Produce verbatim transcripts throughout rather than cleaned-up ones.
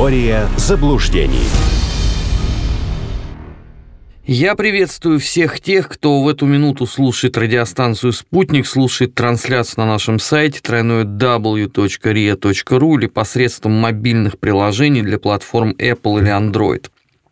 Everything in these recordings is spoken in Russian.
Теория заблуждений. Я приветствую всех тех, кто в эту минуту слушает радиостанцию «Спутник», слушает трансляцию на нашем сайте дабл ю дабл ю дабл ю точка риа точка ру или посредством мобильных приложений для платформ Apple или Android.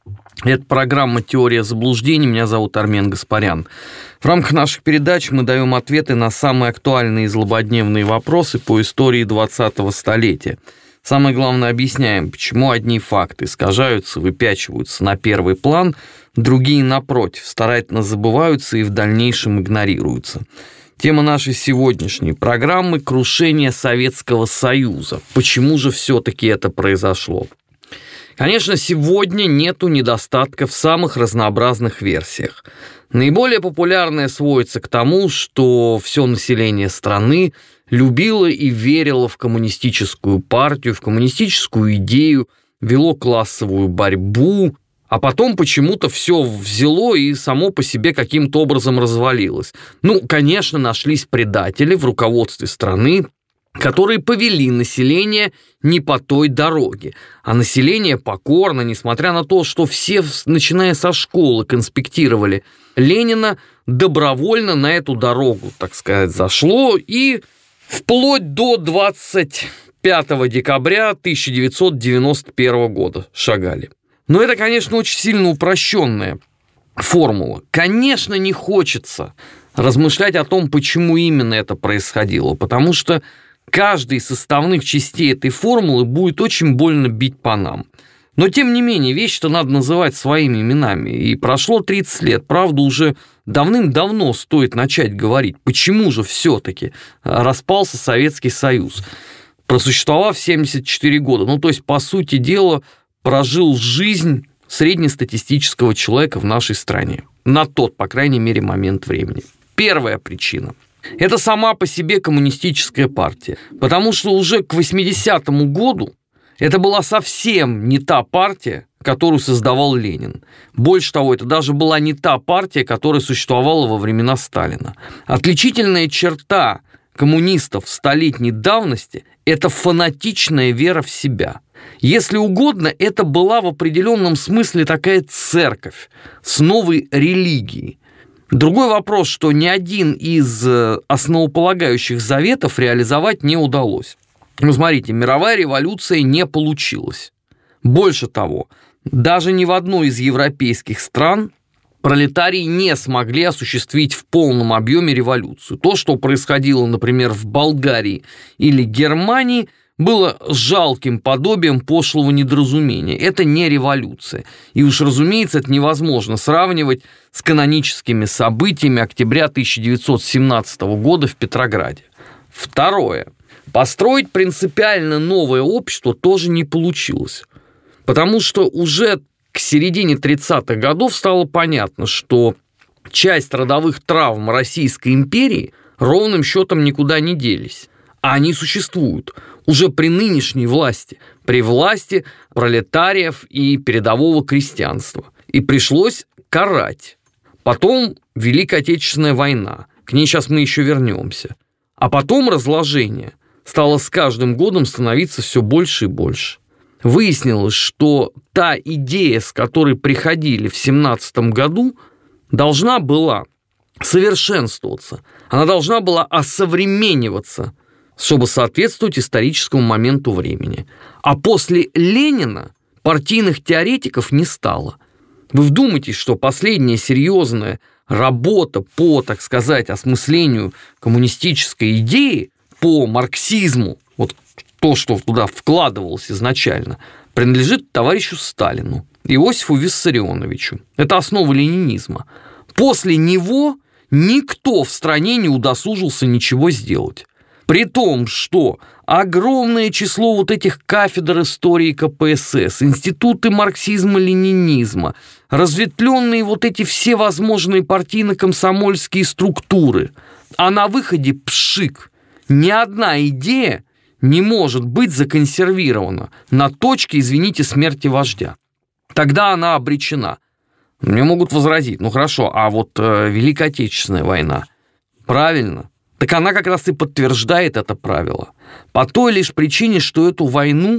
Это программа «Теория заблуждений». Меня зовут Армен Гаспарян. В рамках наших передач мы даем ответы на самые актуальные и злободневные вопросы по истории двадцатого столетия. Самое главное, объясняем, почему одни факты искажаются, выпячиваются на первый план, другие, напротив, старательно забываются и в дальнейшем игнорируются. Тема нашей сегодняшней программы – крушение Советского Союза. Почему же все-таки это произошло? Конечно, сегодня нету недостатков в самых разнообразных версиях. Наиболее популярная сводится к тому, что все население страны любило и верило в коммунистическую партию, в коммунистическую идею, вело классовую борьбу, а потом почему-то все взяло и само по себе каким-то образом развалилось. Ну, конечно, нашлись предатели в руководстве страны, которые повели население не по той дороге. А население покорно, несмотря на то, что все, начиная со школы, конспектировали Ленина, добровольно на эту дорогу, так сказать, зашло и вплоть до двадцать пятого декабря тысяча девятьсот девяносто первого года шагали. Но это, конечно, очень сильно упрощенная формула. Конечно, не хочется размышлять о том, почему именно это происходило, потому что каждая из составных частей этой формулы будет очень больно бить по нам. Но, тем не менее, вещи-то надо называть своими именами. И прошло тридцать лет, правда, уже давным-давно стоит начать говорить, почему же все-таки распался Советский Союз, просуществовав семьдесят четыре года. Ну, то есть, по сути дела, прожил жизнь среднестатистического человека в нашей стране. На тот, по крайней мере, момент времени. Первая причина – это сама по себе коммунистическая партия. Потому что уже к восьмидесятому году это была совсем не та партия, которую создавал Ленин. Больше того, это даже была не та партия, которая существовала во времена Сталина. Отличительная черта коммунистов столетней давности – это фанатичная вера в себя. Если угодно, это была в определенном смысле такая церковь с новой религией. Другой вопрос, что ни один из основополагающих заветов реализовать не удалось. Ну, смотрите, мировая революция не получилась. Больше того, даже ни в одной из европейских стран пролетарии не смогли осуществить в полном объеме революцию. То, что происходило, например, в Болгарии или Германии, было жалким подобием пошлого недоразумения. Это не революция. И уж, разумеется, это невозможно сравнивать с каноническими событиями октября тысяча девятьсот семнадцатого года в Петрограде. Второе. Построить принципиально новое общество тоже не получилось. Потому что уже к середине тридцатых годов стало понятно, что часть родовых травм Российской империи ровным счетом никуда не делись. А они существуют уже при нынешней власти, при власти пролетариев и передового крестьянства. И пришлось карать. Потом Великая Отечественная война. К ней сейчас мы еще вернемся. А потом разложение стало с каждым годом становиться все больше и больше. Выяснилось, что та идея, с которой приходили в семнадцатом году, должна была совершенствоваться. Она должна была осовремениваться, чтобы соответствовать историческому моменту времени. А после Ленина партийных теоретиков не стало. Вы вдумайтесь, что последняя серьезная работа по, так сказать, осмыслению коммунистической идеи, по марксизму, вот то, что туда вкладывалось изначально, принадлежит товарищу Сталину, Иосифу Виссарионовичу. Это основа ленинизма. После него никто в стране не удосужился ничего сделать. При том, что огромное число вот этих кафедр истории ка пэ эс эс, институты марксизма-ленинизма, разветвленные вот эти все возможные партийно-комсомольские структуры, а на выходе пшик. Ни одна идея не может быть законсервирована на точке, извините, смерти вождя. Тогда она обречена. Мне могут возразить, ну хорошо, а вот э, Великая Отечественная война, правильно? Так она как раз и подтверждает это правило. По той лишь причине, что эту войну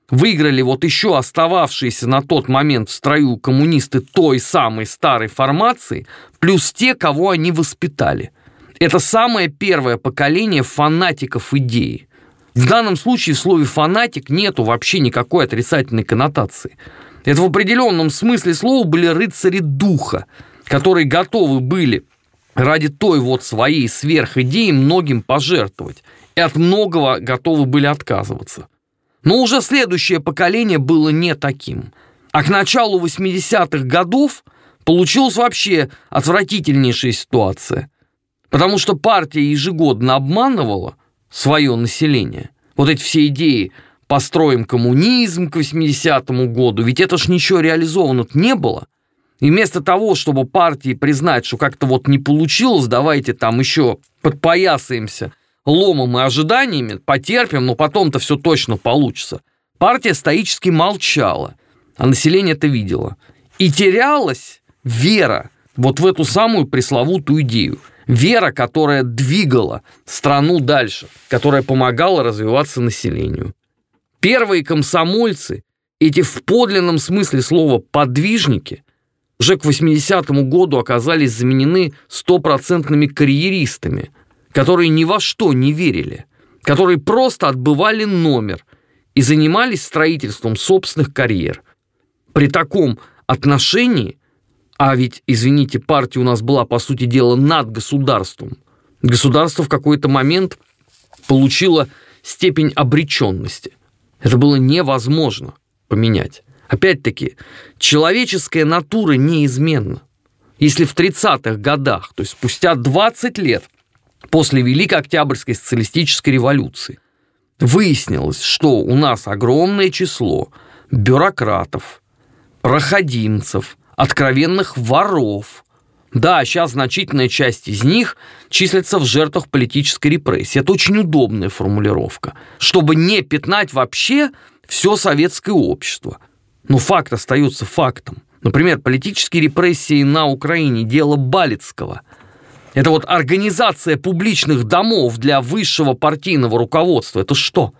выиграли вот еще остававшиеся на тот момент в строю коммунисты той самой старой формации, плюс те, кого они воспитали. Это самое первое поколение фанатиков идеи. В данном случае в слове «фанатик» нету вообще никакой отрицательной коннотации. Это в определенном смысле слова были рыцари духа, которые готовы были ради той вот своей сверхидеи многим пожертвовать. И от многого готовы были отказываться. Но уже следующее поколение было не таким. А к началу восьмидесятых годов получилась вообще отвратительнейшая ситуация. Потому что партия ежегодно обманывала свое население. Вот эти все идеи «построим коммунизм» к восьмидесятому году, ведь это ж ничего реализовано не было. И вместо того, чтобы партии признать, что как-то вот не получилось, давайте там еще подпоясаемся ломом и ожиданиями, потерпим, но потом-то все точно получится. Партия стоически молчала, а население это видело. И терялась вера вот в эту самую пресловутую идею. Вера, которая двигала страну дальше, которая помогала развиваться населению. Первые комсомольцы, эти в подлинном смысле слова подвижники, уже к восьмидесятому году оказались заменены стопроцентными карьеристами, которые ни во что не верили, которые просто отбывали номер и занимались строительством собственных карьер. При таком отношении, а ведь, извините, партия у нас была, по сути дела, над государством, государство в какой-то момент получило степень обреченности. Это было невозможно поменять. Опять-таки, человеческая натура неизменна. Если в тридцатых годах, то есть спустя двадцать лет после Великой Октябрьской социалистической революции, выяснилось, что у нас огромное число бюрократов, проходимцев, откровенных воров. Да, сейчас значительная часть из них числится в жертвах политической репрессии. Это очень удобная формулировка, чтобы не пятнать вообще все советское общество. Но факт остается фактом. Например, политические репрессии на Украине – дело Балицкого. Это вот организация публичных домов для высшего партийного руководства. Это что?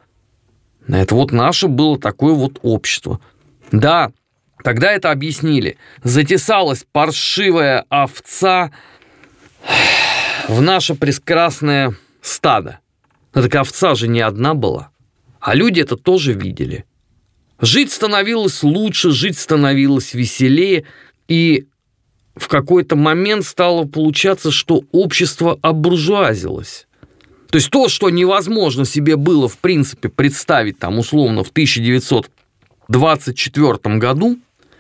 Это вот наше было такое вот общество. Да, тогда это объяснили. Затесалась паршивая овца в наше прекрасное стадо. Но так овца же не одна была. А люди это тоже видели. Жить становилось лучше, жить становилось веселее, и в какой-то момент стало получаться, что общество обуржуазилось. То есть то, что невозможно себе было, в принципе, представить там условно в тысяча девятьсот двадцать четвёртом году,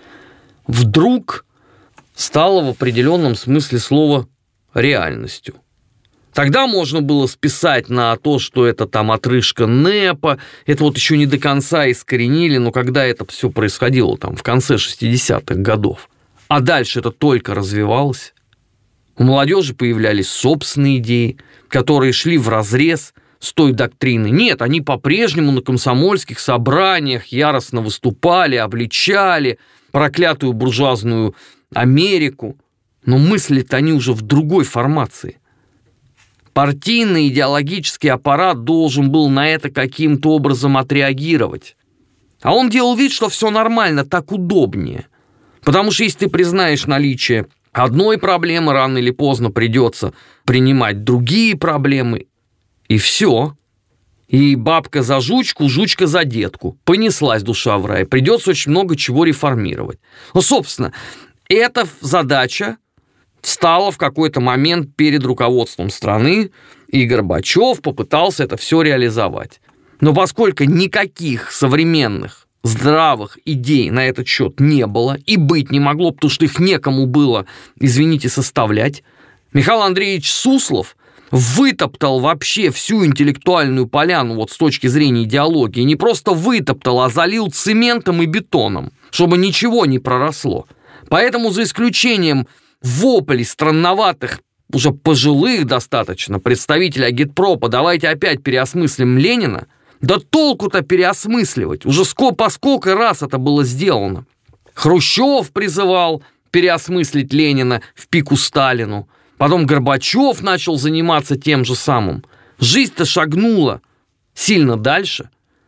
вдруг стало в определенном смысле слова реальностью. Тогда можно было списать на то, что это там отрыжка НЭПа, это вот еще не до конца искоренили, но когда это все происходило там в конце шестидесятых годов, а дальше это только развивалось, у молодежи появлялись собственные идеи, которые шли вразрез с той доктриной. Нет, они по-прежнему на комсомольских собраниях яростно выступали, обличали проклятую буржуазную Америку, но мысли-то они уже в другой формации. Партийный идеологический аппарат должен был на это каким-то образом отреагировать. А он делал вид, что все нормально, так удобнее. Потому что если ты признаешь наличие одной проблемы, рано или поздно придется принимать другие проблемы, и все. И бабка за жучку, жучка за детку. Понеслась душа в рай. Придется очень много чего реформировать. Ну, собственно, эта задача встала в какой-то момент перед руководством страны, и Горбачев попытался это все реализовать. Но поскольку никаких современных здравых идей на этот счет не было и быть не могло, потому что их некому было, извините, составлять, Михаил Андреевич Суслов вытоптал вообще всю интеллектуальную поляну вот с точки зрения идеологии. Не просто вытоптал, а залил цементом и бетоном, чтобы ничего не проросло. Поэтому за исключением воплей странноватых, уже пожилых достаточно, представителей агитпропа, давайте опять переосмыслим Ленина, да толку-то переосмысливать, уже сколько, по сколько раз это было сделано. Хрущев призывал переосмыслить Ленина в пику Сталину, потом Горбачев начал заниматься тем же самым. Жизнь-то шагнула сильно дальше.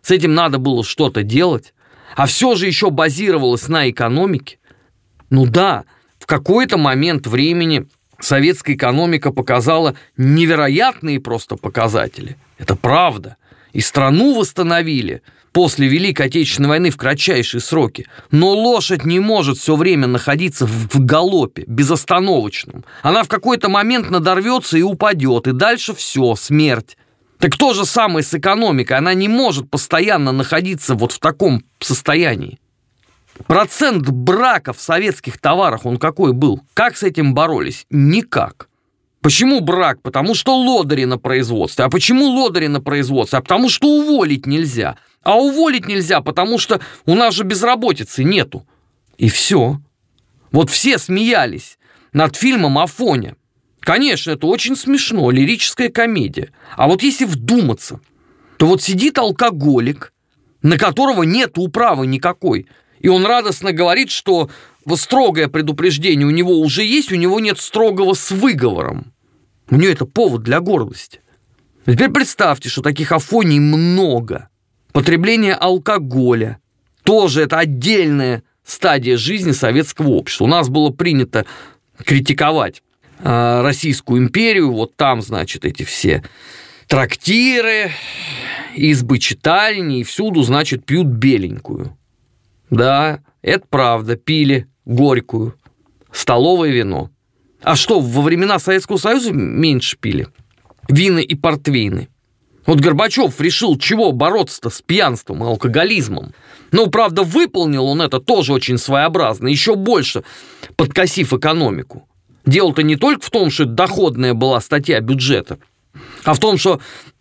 С этим надо было что-то делать. А все же еще базировалось на экономике. Ну да, в какой-то момент времени советская экономика показала невероятные просто показатели. Это правда. И страну восстановили после Великой Отечественной войны в кратчайшие сроки. Но лошадь не может все время находиться в галопе, безостановочном. Она в какой-то момент надорвется и упадет, и дальше все, смерть. Так то же самое с экономикой. Она не может постоянно находиться вот в таком состоянии. Процент брака в советских товарах, он какой был? Как с этим боролись? Никак. Почему брак? Потому что лодыри на производстве. А почему лодыри на производстве? А потому что уволить нельзя. А уволить нельзя, потому что у нас же безработицы нету. И все. Вот все смеялись над фильмом «Афоня». Конечно, это очень смешно, лирическая комедия. А вот если вдуматься, то вот сидит алкоголик, на которого нет управы никакой, и он радостно говорит, что строгое предупреждение у него уже есть, у него нет строгого с выговором. У нее это повод для гордости. А теперь представьте, что таких Афоний много. Потребление алкоголя тоже это отдельная стадия жизни советского общества. У нас было принято критиковать э, Российскую империю, вот там, значит, эти все трактиры, избы читальни, и всюду, значит, пьют беленькую. Да, это правда, пили горькую, столовое вино. А что, во времена Советского Союза меньше пили? Вина и портвейны. Вот Горбачев решил, чего бороться-то с пьянством и алкоголизмом. Ну, правда, выполнил он это тоже очень своеобразно, еще больше подкосив экономику. Дело-то не только в том, что это доходная была статья бюджета, а в том, что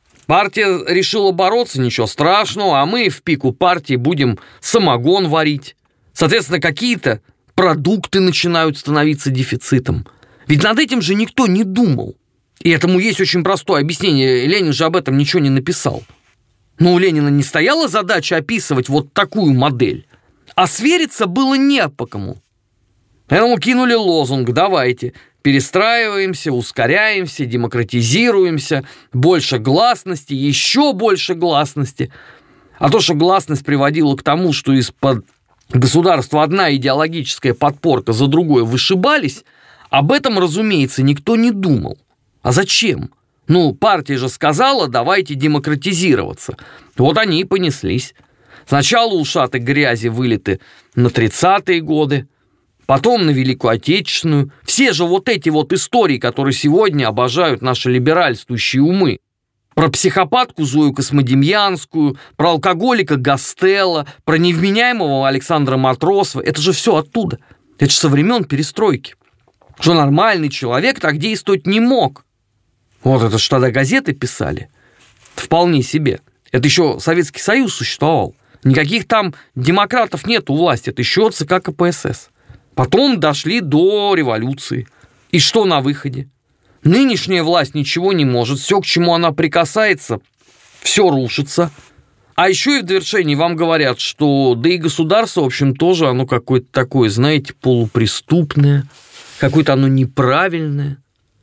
партия решила бороться, ничего страшного, а мы в пику партии будем самогон варить. Соответственно, какие-то продукты начинают становиться дефицитом. Ведь над этим же никто не думал. И этому есть очень простое объяснение. Ленин же об этом ничего не написал. Но у Ленина не стояла задача описывать вот такую модель. А свериться было не по кому. Поэтому кинули лозунг: давайте, перестраиваемся, ускоряемся, демократизируемся, больше гласности, еще больше гласности. А то, что гласность приводила к тому, что из-под государства одна идеологическая подпорка за другой вышибались, об этом, разумеется, никто не думал. А зачем? Ну, партия же сказала, давайте демократизироваться. Вот они и понеслись. Сначала ушаты грязи вылиты на тридцатые годы, потом на Великую Отечественную. Все же вот эти вот истории, которые сегодня обожают наши либеральствующие умы. Про психопатку Зою Космодемьянскую, про алкоголика Гастелло, про невменяемого Александра Матросова. Это же все оттуда. Это же со времен перестройки. Что нормальный человек так действовать не мог. Вот это что тогда газеты писали. Вполне себе. Это еще Советский Союз существовал. Никаких там демократов нет у власти. Это еще ЦК КПСС. Потом дошли до революции. И что на выходе? Нынешняя власть ничего не может. Все, к чему она прикасается, все рушится. А еще и в довершении вам говорят, что да и государство, в общем, тоже оно какое-то такое, знаете, полупреступное. Какое-то оно неправильное.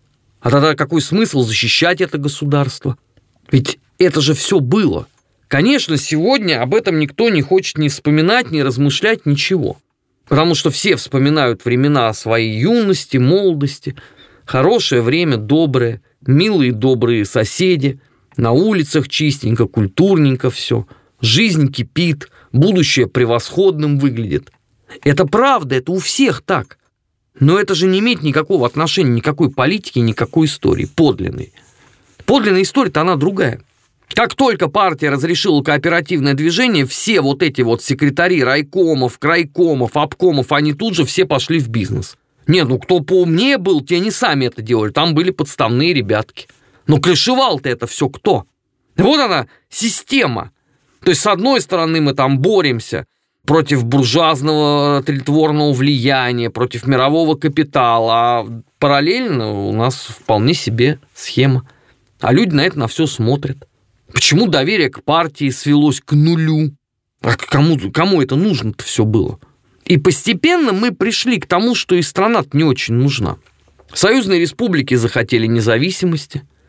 А тогда какой смысл защищать это государство? Ведь это же все было. Конечно, сегодня об этом никто не хочет ни вспоминать, ни размышлять, ничего. Потому что все вспоминают времена своей юности, молодости, хорошее время, доброе, милые добрые соседи, на улицах чистенько, культурненько все, жизнь кипит, будущее превосходным выглядит. Это правда, это у всех так. Но это же не имеет никакого отношения, никакой политики, никакой истории, подлинной. Подлинная история-то она другая. Как только партия разрешила кооперативное движение, все вот эти вот секретари райкомов, крайкомов, обкомов, они тут же все пошли в бизнес. Нет, ну кто поумнее был, те не сами это делали, там были подставные ребятки. Но крышевал-то это все кто? Вот она, система. То есть, с одной стороны, мы там боремся против буржуазного тлетворного влияния, против мирового капитала, а параллельно у нас вполне себе схема. А люди на это на все смотрят. Почему доверие к партии свелось к нулю? А кому, кому это нужно-то все было? И постепенно мы пришли к тому, что и страна-то не очень нужна. Союзные республики захотели независимости.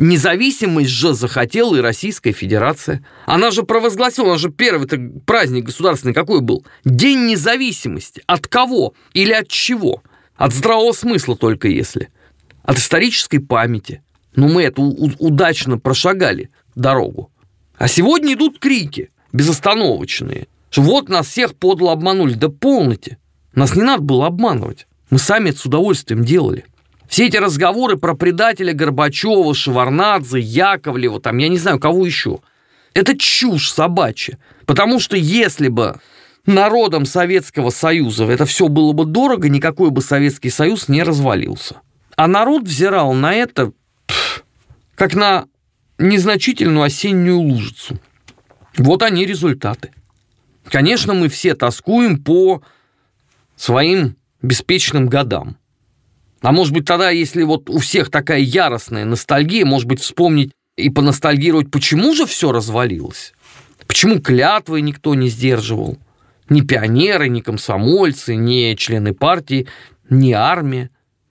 Независимость же захотела и Российская Федерация. Она же провозгласила, она же первый праздник государственный какой был? День независимости. От кого или от чего? От здравого смысла только если. От исторической памяти. Но мы это удачно прошагали дорогу. А сегодня идут крики безостановочные. Что вот нас всех подло обманули. Да полноте. Нас не надо было обманывать. Мы сами это с удовольствием делали. Все эти разговоры про предателя Горбачева, Шеварнадзе, Яковлева, там, я не знаю, кого еще. Это чушь собачья. Потому что если бы народам Советского Союза это все было бы дорого, никакой бы Советский Союз не развалился. А народ взирал на это пф, как на незначительную осеннюю лужицу. Вот они результаты. Конечно, мы все тоскуем по своим беспечным годам. А может быть, тогда, если вот у всех такая яростная ностальгия, может быть, вспомнить и поностальгировать, почему же все развалилось? Почему клятвы никто не сдерживал? Ни пионеры, ни комсомольцы, ни члены партии, ни армия,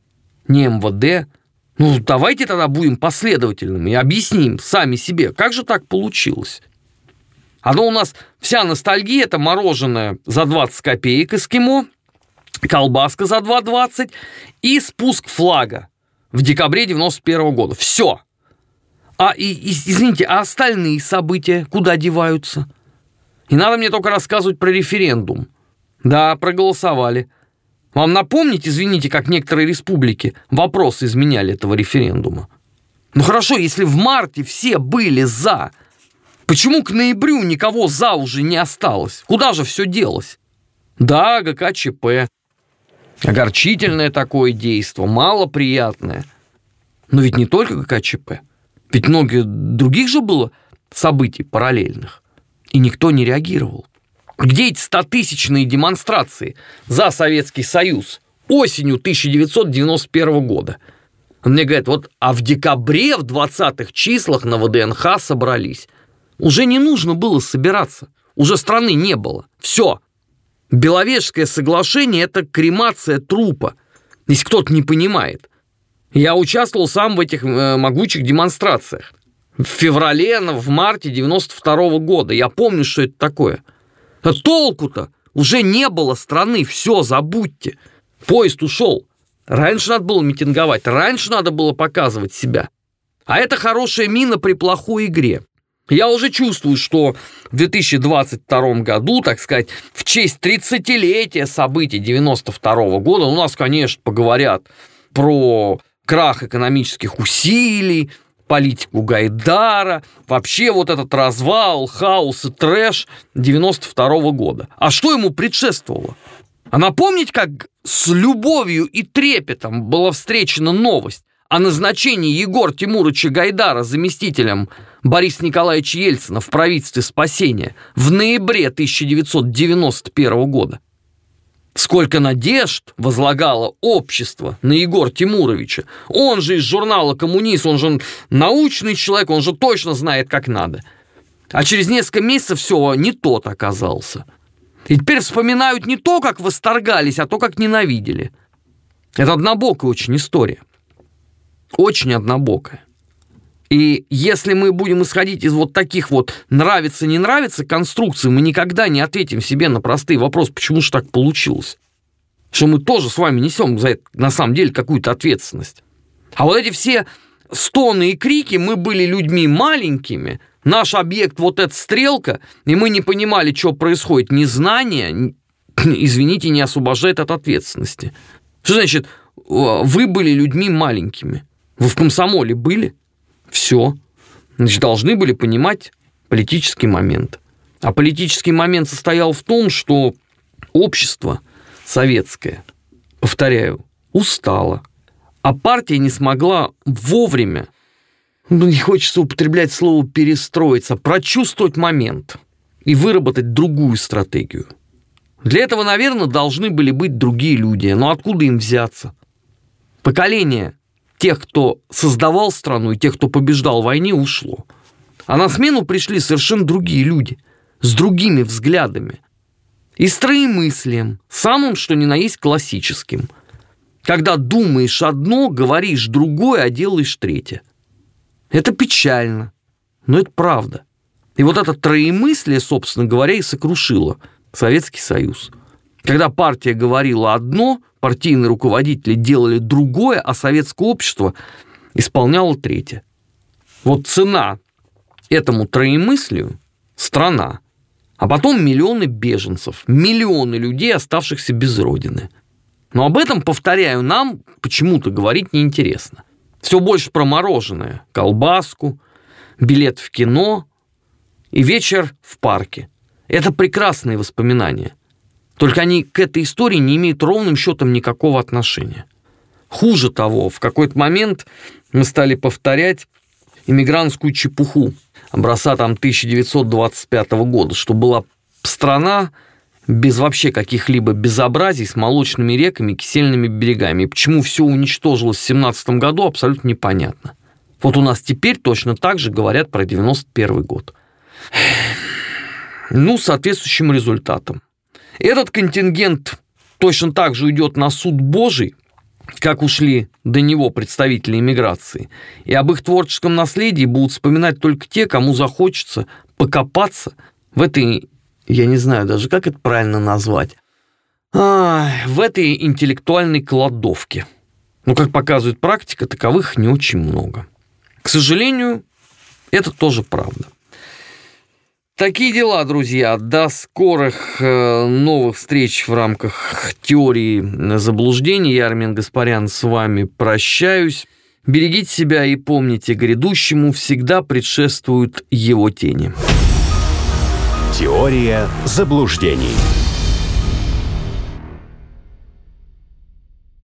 ни эм вэ дэ. Ну, давайте тогда будем последовательными и объясним сами себе, как же так получилось. Оно у нас вся ностальгия – это мороженое за двадцать копеек эскимо, колбаска за два двадцать и спуск флага в декабре девяносто первого года. Все. А, и, и, извините, а остальные события куда деваются? И надо мне только рассказывать про референдум. Да, проголосовали. Вам напомнить, извините, как некоторые республики вопросы изменяли этого референдума? Ну хорошо, если в марте все были за, почему к ноябрю никого за уже не осталось? Куда же все делось? Да, гэ ка че пэ. Огорчительное такое действо, малоприятное. Но ведь не только гэ ка че пэ. Ведь много других же было событий параллельных. И никто не реагировал. Где эти стотысячные демонстрации за Советский Союз осенью тысяча девятьсот девяносто первого года? Он мне говорит, вот, а в декабре, в двадцатых числах на вэ дэ эн ха собрались. Уже не нужно было собираться. Уже страны не было. Все. Беловежское соглашение – это кремация трупа, если кто-то не понимает. Я участвовал сам в этих э, могучих демонстрациях. В феврале, в марте девяносто второго года. Я помню, что это такое. А толку-то уже не было страны. Все, забудьте. Поезд ушел. Раньше надо было митинговать. Раньше надо было показывать себя. А это хорошая мина при плохой игре. Я уже чувствую, что в две тысячи двадцать втором году, так сказать, в честь тридцатилетия событий девяносто второго года у нас, конечно, поговорят про крах экономических усилий, политику Гайдара, вообще вот этот развал, хаос и трэш девяносто второго года. А что ему предшествовало? А напомнить, как с любовью и трепетом была встречена новость о назначении Егора Тимуровича Гайдара заместителем Бориса Николаевича Ельцина в правительстве спасения в ноябре тысяча девятьсот девяносто первого года. Сколько надежд возлагало общество на Егора Тимуровича. Он же из журнала «Коммунист», он же научный человек, он же точно знает, как надо. А через несколько месяцев все, не тот оказался. И теперь вспоминают не то, как восторгались, а то, как ненавидели. Это однобокая очень история. Очень однобокая. И если мы будем исходить из вот таких вот нравится-не нравится конструкций, мы никогда не ответим себе на простые вопросы, почему же так получилось. Что мы тоже с вами несем за это, на самом деле, какую-то ответственность. А вот эти все стоны и крики, мы были людьми маленькими, наш объект вот эта стрелка, и мы не понимали, что происходит. Незнание, извините, не освобождает от ответственности. Что значит, вы были людьми маленькими? Вы в комсомоле были? Все. Значит, должны были понимать политический момент. А политический момент состоял в том, что общество советское, повторяю, устало, а партия не смогла вовремя, ну, не хочется употреблять слово «перестроиться», прочувствовать момент и выработать другую стратегию. Для этого, наверное, должны были быть другие люди. Но откуда им взяться? Поколение тех, кто создавал страну, и тех, кто побеждал в войне, ушло. А на смену пришли совершенно другие люди, с другими взглядами. И строемыслием, самым что ни на есть классическим. Когда думаешь одно, говоришь другое, а делаешь третье. Это печально, но это правда. И вот это троемыслие, собственно говоря, и сокрушило Советский Союз. Когда партия говорила одно, партийные руководители делали другое, а советское общество исполняло третье. Вот цена этому троемыслию – страна, а потом миллионы беженцев, миллионы людей, оставшихся без родины. Но об этом, повторяю, нам почему-то говорить неинтересно. Все больше про мороженое, колбаску, билет в кино и вечер в парке. Это прекрасные воспоминания. Только они к этой истории не имеют ровным счетом никакого отношения. Хуже того, в какой-то момент мы стали повторять иммигрантскую чепуху образца там тысяча девятьсот двадцать пятого года, что была страна без вообще каких-либо безобразий, с молочными реками, кисельными берегами. И почему все уничтожилось в семнадцатом году, абсолютно непонятно. Вот у нас теперь точно так же говорят про девяносто первый год. Ну, с соответствующим результатом. Этот контингент точно так же уйдет на суд Божий, как ушли до него представители иммиграции. И об их творческом наследии будут вспоминать только те, кому захочется покопаться в этой, я не знаю даже, как это правильно назвать, а, в этой интеллектуальной кладовке. Но, как показывает практика, таковых не очень много. К сожалению, это тоже правда. Такие дела, друзья. До скорых новых встреч в рамках теории заблуждений. Я, Армен Гаспарян, с вами прощаюсь. Берегите себя и помните, грядущему всегда предшествуют его тени. Теория заблуждений.